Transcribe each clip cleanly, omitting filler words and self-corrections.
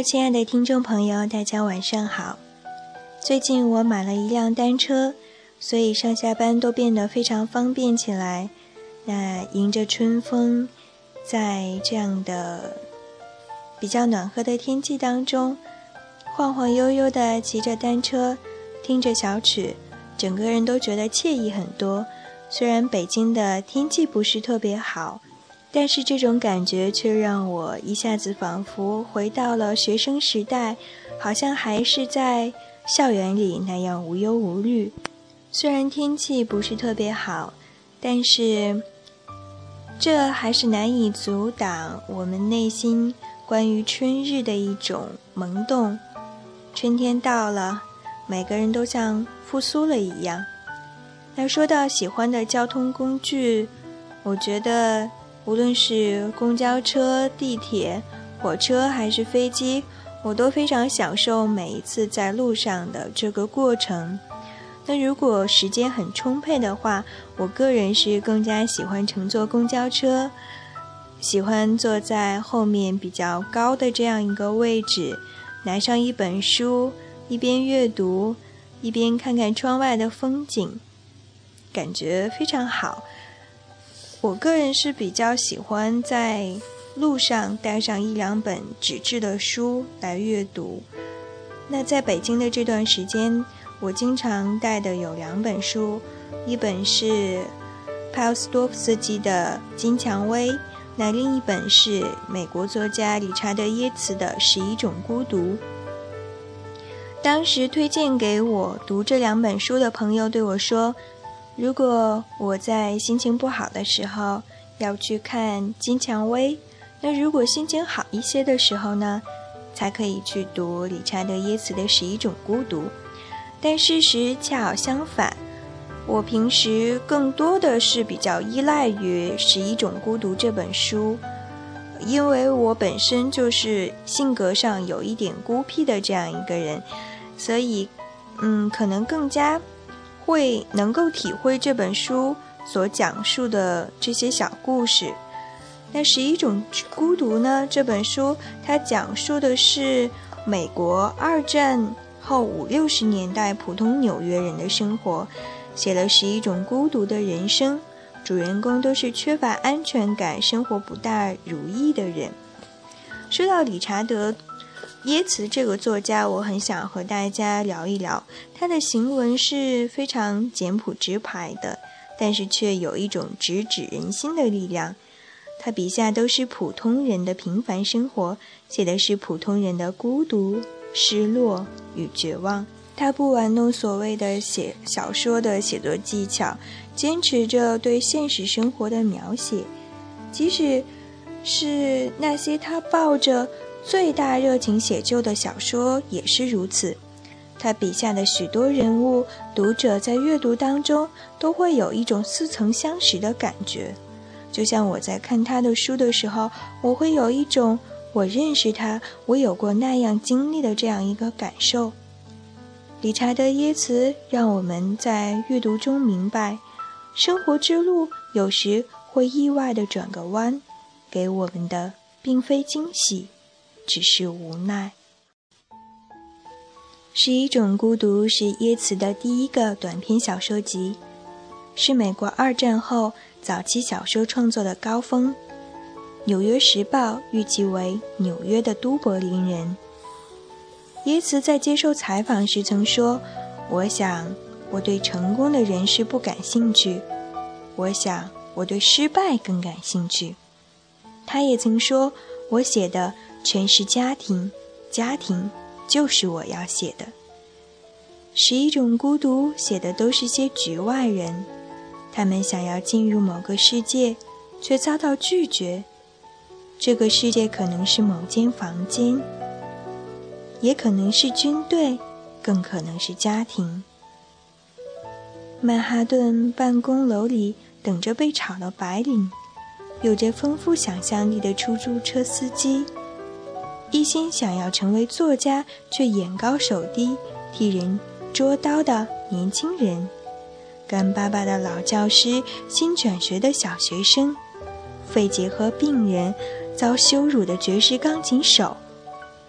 亲爱的听众朋友，大家晚上好。最近我买了一辆单车，所以上下班都变得非常方便起来。那迎着春风，在这样的比较暖和的天气当中，晃晃悠悠地骑着单车，听着小曲，整个人都觉得惬意很多。虽然北京的天气不是特别好，但是这种感觉却让我一下子仿佛回到了学生时代，好像还是在校园里那样无忧无虑。虽然天气不是特别好，但是这还是难以阻挡我们内心关于春日的一种萌动。春天到了，每个人都像复苏了一样。那说到喜欢的交通工具，我觉得无论是公交车、地铁、火车还是飞机，我都非常享受每一次在路上的这个过程。那如果时间很充沛的话，我个人是更加喜欢乘坐公交车，喜欢坐在后面比较高的这样一个位置，拿上一本书，一边阅读，一边看看窗外的风景，感觉非常好。我个人是比较喜欢在路上带上一两本纸质的书来阅读。那在北京的这段时间，我经常带的有两本书，一本是帕夫斯多夫斯基的《金蔷薇》，那另一本是美国作家理查德·耶茨的《11种孤独》。当时推荐给我读这两本书的朋友对我说，如果我在心情不好的时候要去看《金蔷薇》，那如果心情好一些的时候呢，才可以去读理查德·耶茨的《11种孤独》。但事实恰好相反，我平时更多的是比较依赖于《11种孤独》这本书，因为我本身就是性格上有一点孤僻的这样一个人，所以可能更加会能够体会这本书所讲述的这些小故事。那《11种孤独》呢，这本书它讲述的是美国二战后50-60年代普通纽约人的生活，写了11种孤独的人生，主人公都是缺乏安全感、生活不大如意的人。说到理查德·耶茨这个作家，我很想和大家聊一聊。他的行文是非常简朴直白的，但是却有一种直指人心的力量。他笔下都是普通人的平凡生活，写的是普通人的孤独、失落与绝望。他不玩弄所谓的写小说的写作技巧，坚持着对现实生活的描写，即使是那些他抱着最大热情写就的小说也是如此。他笔下的许多人物，读者在阅读当中都会有一种似曾相识的感觉，就像我在看他的书的时候，我会有一种我认识他，我有过那样经历的这样一个感受。理查德·耶茨让我们在阅读中明白，生活之路有时会意外地转个弯，给我们的并非惊喜，只是无奈。11种孤独是耶茨的第一个短篇小说集，是美国二战后早期小说创作的高峰。纽约时报誉其为纽约的都柏林人。耶茨在接受采访时曾说，我想我对成功的人士不感兴趣，我想我对失败更感兴趣。他也曾说，我写的全是家庭，家庭就是我要写的。11种孤独写的都是些局外人，他们想要进入某个世界，却遭到拒绝。这个世界可能是某间房间，也可能是军队，更可能是家庭。曼哈顿办公楼里等着被炒的白领，有着丰富想象力的出租车司机，一心想要成为作家却眼高手低替人捉刀的年轻人，干巴巴的老教师，新转学的小学生，肺结核病人，遭羞辱的爵士钢琴手，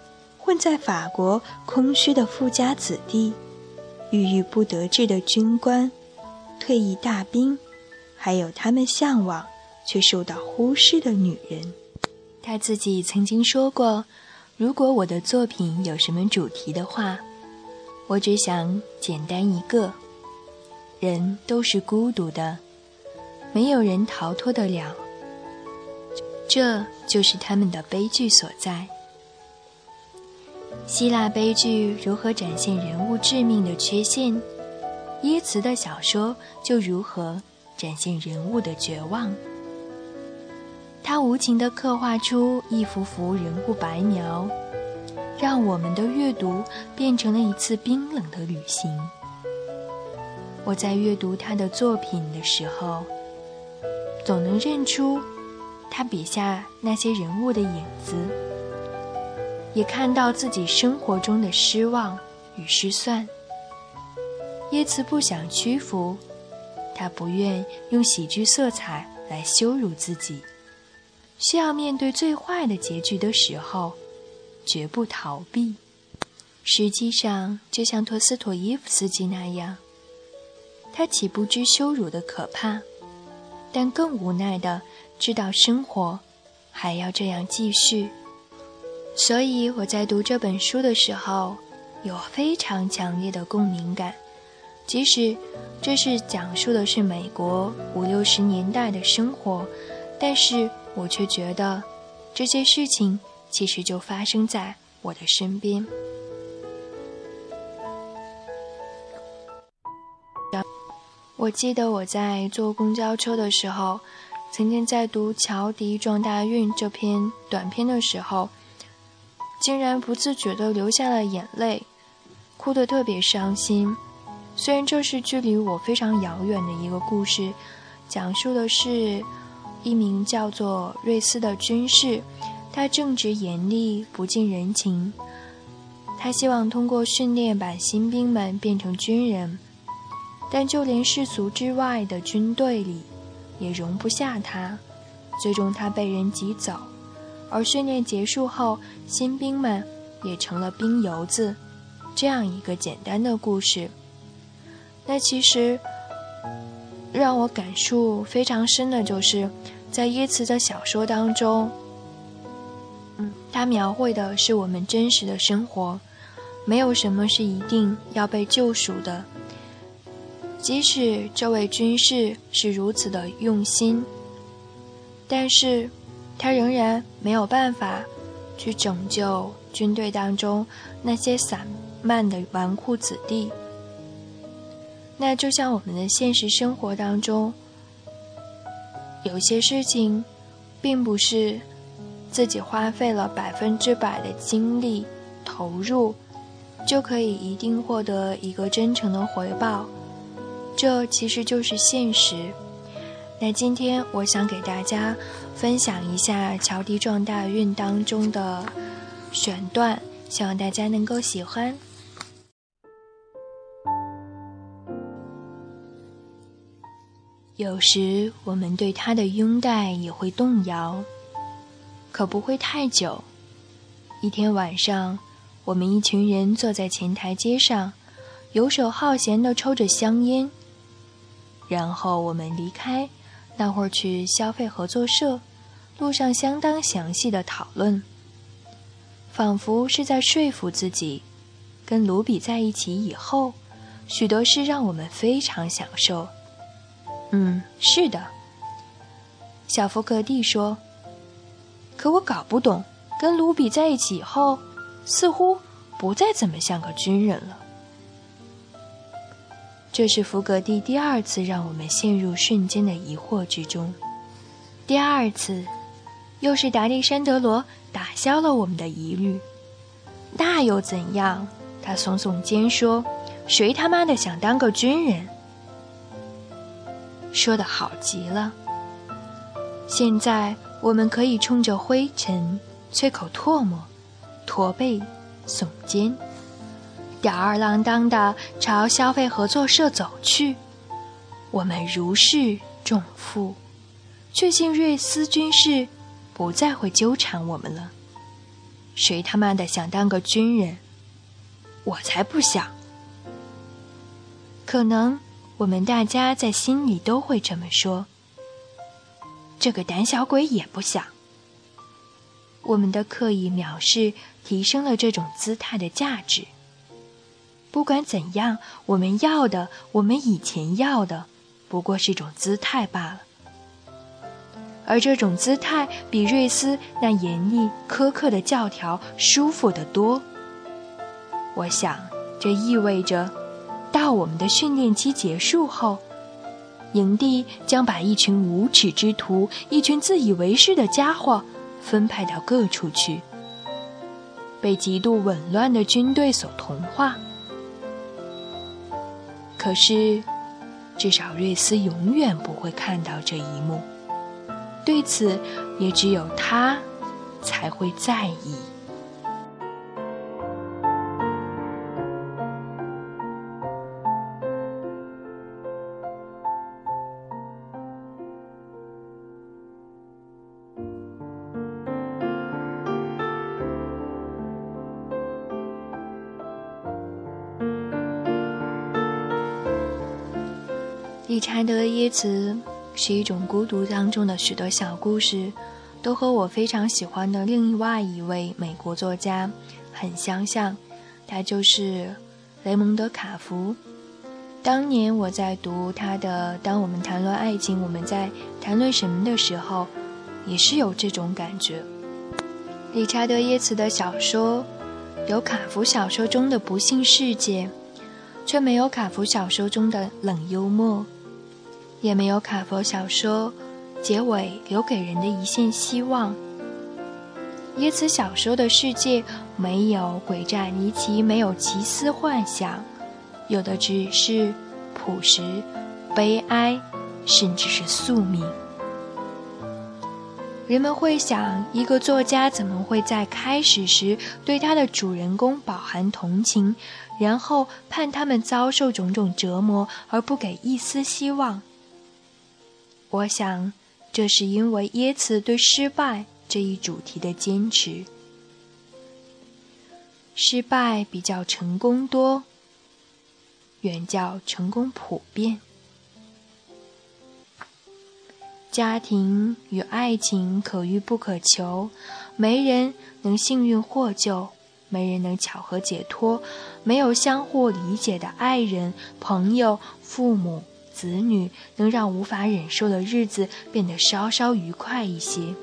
混在法国空虚的富家子弟，郁郁不得志的军官，退役大兵，还有他们向往却受到忽视的女人。他自己曾经说过，如果我的作品有什么主题的话，我只想简单一个：人都是孤独的，没有人逃脱得了，这就是他们的悲剧所在。希腊悲剧如何展现人物致命的缺陷，耶茨的小说就如何展现人物的绝望。他无情地刻画出一幅幅人物白描，让我们的阅读变成了一次冰冷的旅行。我在阅读他的作品的时候，总能认出他笔下那些人物的影子，也看到自己生活中的失望与失算。耶茨不想屈服，他不愿用喜剧色彩来羞辱自己，需要面对最坏的结局的时候，绝不逃避。实际上，就像陀思妥耶夫斯基那样，他岂不知羞辱的可怕，但更无奈地知道生活还要这样继续。所以我在读这本书的时候，有非常强烈的共鸣感，即使这是讲述的是美国50、60年代的生活，但是我却觉得这些事情其实就发生在我的身边。我记得我在坐公交车的时候，曾经在读《乔迪撞大运》这篇短篇的时候，竟然不自觉地流下了眼泪，哭得特别伤心。虽然这是距离我非常遥远的一个故事，讲述的是一名叫做瑞斯的军士，他正直严厉，不近人情，他希望通过训练把新兵们变成军人，但就连世俗之外的军队里也容不下他，最终他被人挤走，而训练结束后，新兵们也成了兵油子，这样一个简单的故事。那其实让我感触非常深的就是在耶茨的小说当中，他描绘的是我们真实的生活，没有什么是一定要被救赎的。即使这位军士是如此的用心，但是他仍然没有办法去拯救军队当中那些散漫的纨绔子弟。那就像我们的现实生活当中，有些事情并不是自己花费了100%的精力投入就可以一定获得一个真诚的回报，这其实就是现实。那今天我想给大家分享一下《乔迪撞大运》当中的选段，希望大家能够喜欢。有时我们对他的拥戴也会动摇，可不会太久。一天晚上，我们一群人坐在前台阶上，游手好闲地抽着香烟。然后我们离开，那会儿去消费合作社，路上相当详细的讨论，仿佛是在说服自己，跟卢比在一起以后，许多事让我们非常享受。是的，小福格蒂说，可我搞不懂，跟卢比在一起以后，似乎不再怎么像个军人了。这是福格蒂第二次让我们陷入瞬间的疑惑之中。第二次，又是达利山德罗打消了我们的疑虑。那又怎样？他耸耸肩说，谁他妈的想当个军人？说得好极了。现在我们可以冲着灰尘啐口唾沫，驼背耸肩，吊儿郎当地朝消费合作社走去。我们如释重负，确信瑞斯军士不再会纠缠我们了。 谁他妈的想当个军人？我才不想。可能我们大家在心里都会这么说。这个胆小鬼也不想。我们的刻意藐视提升了这种姿态的价值。不管怎样，我们要的，我们以前要的，不过是一种姿态罢了。而这种姿态比瑞斯那严厉苛刻的教条舒服得多。我想，这意味着，到我们的训练期结束后，营地将把一群无耻之徒，一群自以为是的家伙分派到各处去，被极度紊乱的军队所同化。可是，至少瑞斯永远不会看到这一幕。对此，也只有他才会在意。理查德·耶茨是一种孤独当中的许多小故事，都和我非常喜欢的另外一位美国作家很相像，他就是雷蒙德·卡夫。当年我在读他的《当我们谈论爱情，我们在谈论什么》的时候，也是有这种感觉。理查德·耶茨的小说有卡夫小说中的不幸世界，却没有卡夫小说中的冷幽默，也没有卡夫小说结尾留给人的一线希望。耶茨小说的世界没有诡诈离奇，没有奇思幻想，有的只是朴实、悲哀，甚至是宿命。人们会想，一个作家怎么会在开始时对他的主人公饱含同情，然后盼他们遭受种种折磨而不给一丝希望？我想，这是因为耶茨对失败这一主题的坚持。失败比较成功多，远较成功普遍。家庭与爱情可遇不可求，没人能幸运获救，没人能巧合解脱，没有相互理解的爱人、朋友、父母、子女能让无法忍受的日子变得稍稍愉快一些。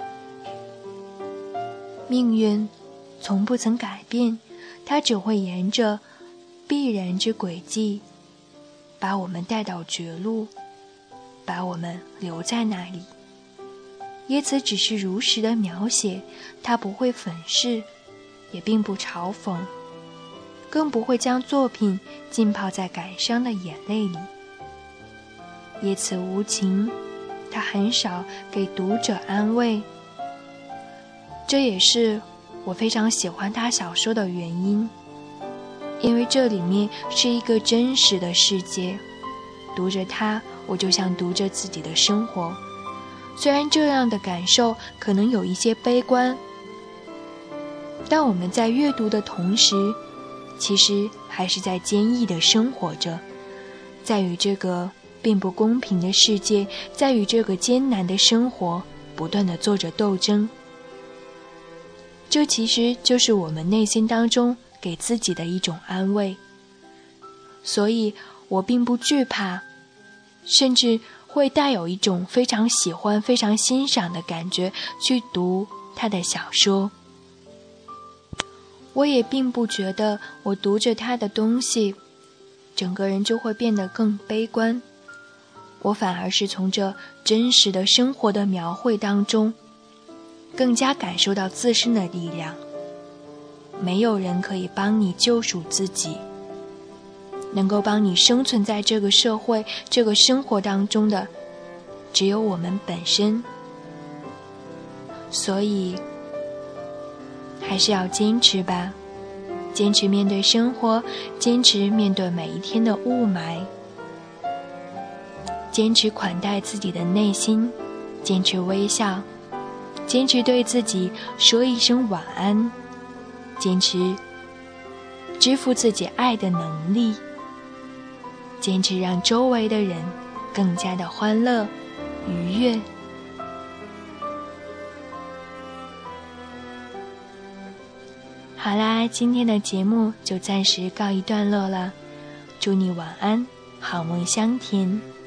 命运从不曾改变，它只会沿着必然之轨迹把我们带到绝路，把我们留在那里。耶茨只是如实的描写，他不会粉饰，也并不嘲讽，更不会将作品浸泡在感伤的眼泪里。耶茨无情，他很少给读者安慰，这也是我非常喜欢他小说的原因，因为这里面是一个真实的世界，读着它，我就像读着自己的生活。虽然这样的感受可能有一些悲观，但我们在阅读的同时，其实还是在坚毅地生活着，在与这个并不公平的世界，在与这个艰难的生活不断地做着斗争。这其实就是我们内心当中给自己的一种安慰。所以我并不惧怕，甚至会带有一种非常喜欢、非常欣赏的感觉去读他的小说。我也并不觉得我读着他的东西，整个人就会变得更悲观。我反而是从这真实的生活的描绘当中，更加感受到自身的力量。没有人可以帮你救赎自己，能够帮你生存在这个社会、这个生活当中的，只有我们本身。所以，还是要坚持吧，坚持面对生活，坚持面对每一天的雾霾，坚持款待自己的内心，坚持微笑，坚持对自己说一声晚安， 坚持支付自己爱的能力，坚持让周围的人更加的欢乐愉悦。好啦，今天的节目就暂时告一段落了，祝你晚安，好梦香甜。